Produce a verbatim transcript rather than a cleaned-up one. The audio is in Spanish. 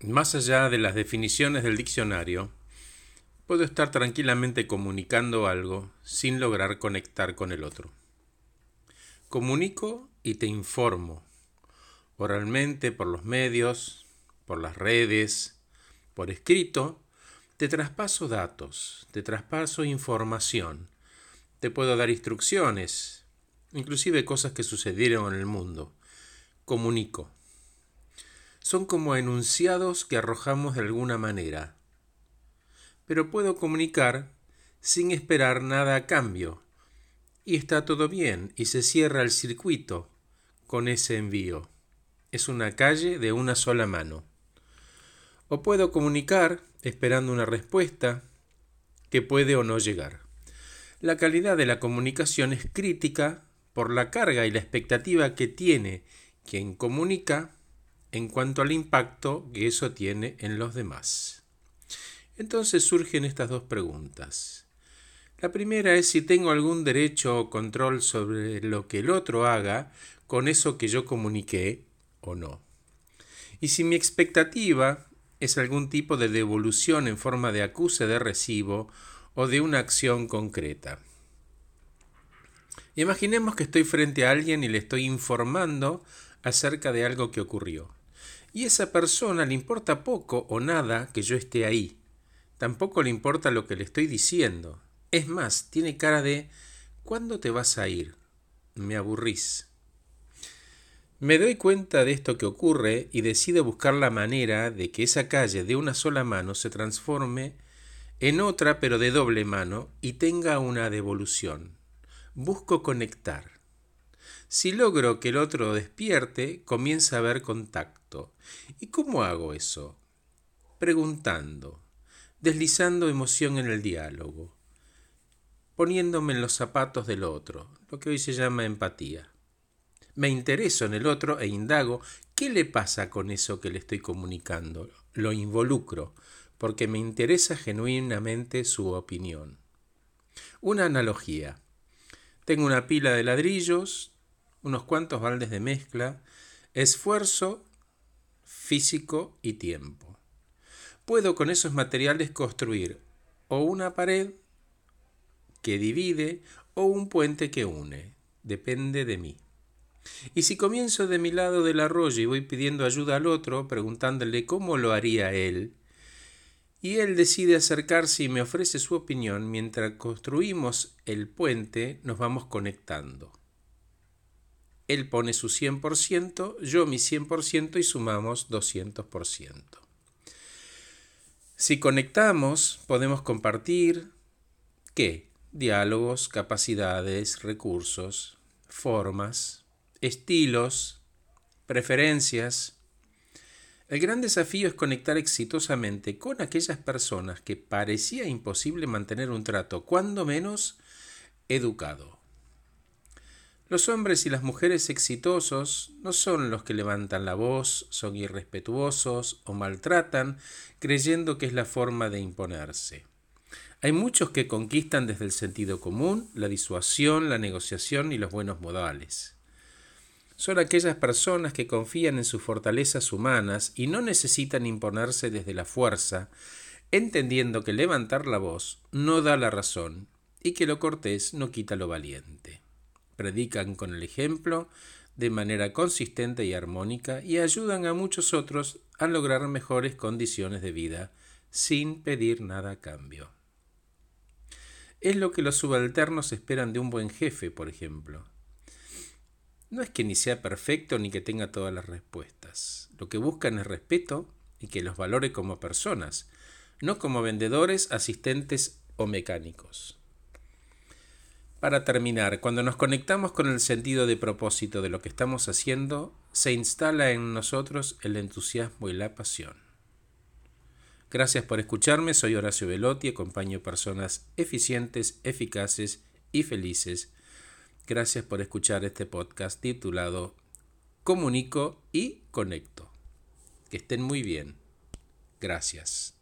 Más allá de las definiciones del diccionario, puedo estar tranquilamente comunicando algo sin lograr conectar con el otro. Comunico y te informo, oralmente, por los medios, por las redes, por escrito. Te traspaso datos, te traspaso información, te puedo dar instrucciones, inclusive cosas que sucedieron en el mundo. Comunico. Son como enunciados que arrojamos de alguna manera. Pero puedo comunicar sin esperar nada a cambio. Y está todo bien, y se cierra el circuito con ese envío. Es una calle de una sola mano. O puedo comunicar esperando una respuesta que puede o no llegar. La calidad de la comunicación es crítica por la carga y la expectativa que tiene quien comunica en cuanto al impacto que eso tiene en los demás. Entonces surgen estas dos preguntas. La primera es si tengo algún derecho o control sobre lo que el otro haga con eso que yo comuniqué o no. Y si mi expectativa es algún tipo de devolución en forma de acuse de recibo o de una acción concreta. Imaginemos que estoy frente a alguien y le estoy informando acerca de algo que ocurrió. Y a esa persona le importa poco o nada que yo esté ahí. Tampoco le importa lo que le estoy diciendo. Es más, tiene cara de ¿cuándo te vas a ir? Me aburrís. Me doy cuenta de esto que ocurre y decido buscar la manera de que esa calle de una sola mano se transforme en otra pero de doble mano y tenga una devolución. Busco conectar. Si logro que el otro despierte, comienza a haber contacto. ¿Y cómo hago eso? Preguntando, deslizando emoción en el diálogo, poniéndome en los zapatos del otro, lo que hoy se llama empatía. Me intereso en el otro e indago qué le pasa con eso que le estoy comunicando. Lo involucro, porque me interesa genuinamente su opinión. Una analogía. Tengo una pila de ladrillos, unos cuantos baldes de mezcla, esfuerzo físico y tiempo. Puedo con esos materiales construir o una pared que divide o un puente que une. Depende de mí. Y si comienzo de mi lado del arroyo y voy pidiendo ayuda al otro, preguntándole cómo lo haría él, y él decide acercarse y me ofrece su opinión, mientras construimos el puente nos vamos conectando. Él pone su cien por ciento, yo mi cien por ciento y sumamos doscientos por ciento. Si conectamos, podemos compartir, ¿qué? Diálogos, capacidades, recursos, formas, estilos, preferencias. El gran desafío es conectar exitosamente con aquellas personas que parecía imposible mantener un trato, cuando menos educado. Los hombres y las mujeres exitosos no son los que levantan la voz, son irrespetuosos o maltratan, creyendo que es la forma de imponerse. Hay muchos que conquistan desde el sentido común, la disuasión, la negociación y los buenos modales. Son aquellas personas que confían en sus fortalezas humanas y no necesitan imponerse desde la fuerza, entendiendo que levantar la voz no da la razón y que lo cortés no quita lo valiente. Predican con el ejemplo de manera consistente y armónica y ayudan a muchos otros a lograr mejores condiciones de vida sin pedir nada a cambio. Es lo que los subalternos esperan de un buen jefe, por ejemplo. No es que ni sea perfecto ni que tenga todas las respuestas. Lo que buscan es respeto y que los valore como personas, no como vendedores, asistentes o mecánicos. Para terminar, cuando nos conectamos con el sentido de propósito de lo que estamos haciendo, se instala en nosotros el entusiasmo y la pasión. Gracias por escucharme, soy Horacio Velotti, acompaño personas eficientes, eficaces y felices. Gracias por escuchar este podcast titulado Comunico y Conecto. Que estén muy bien. Gracias.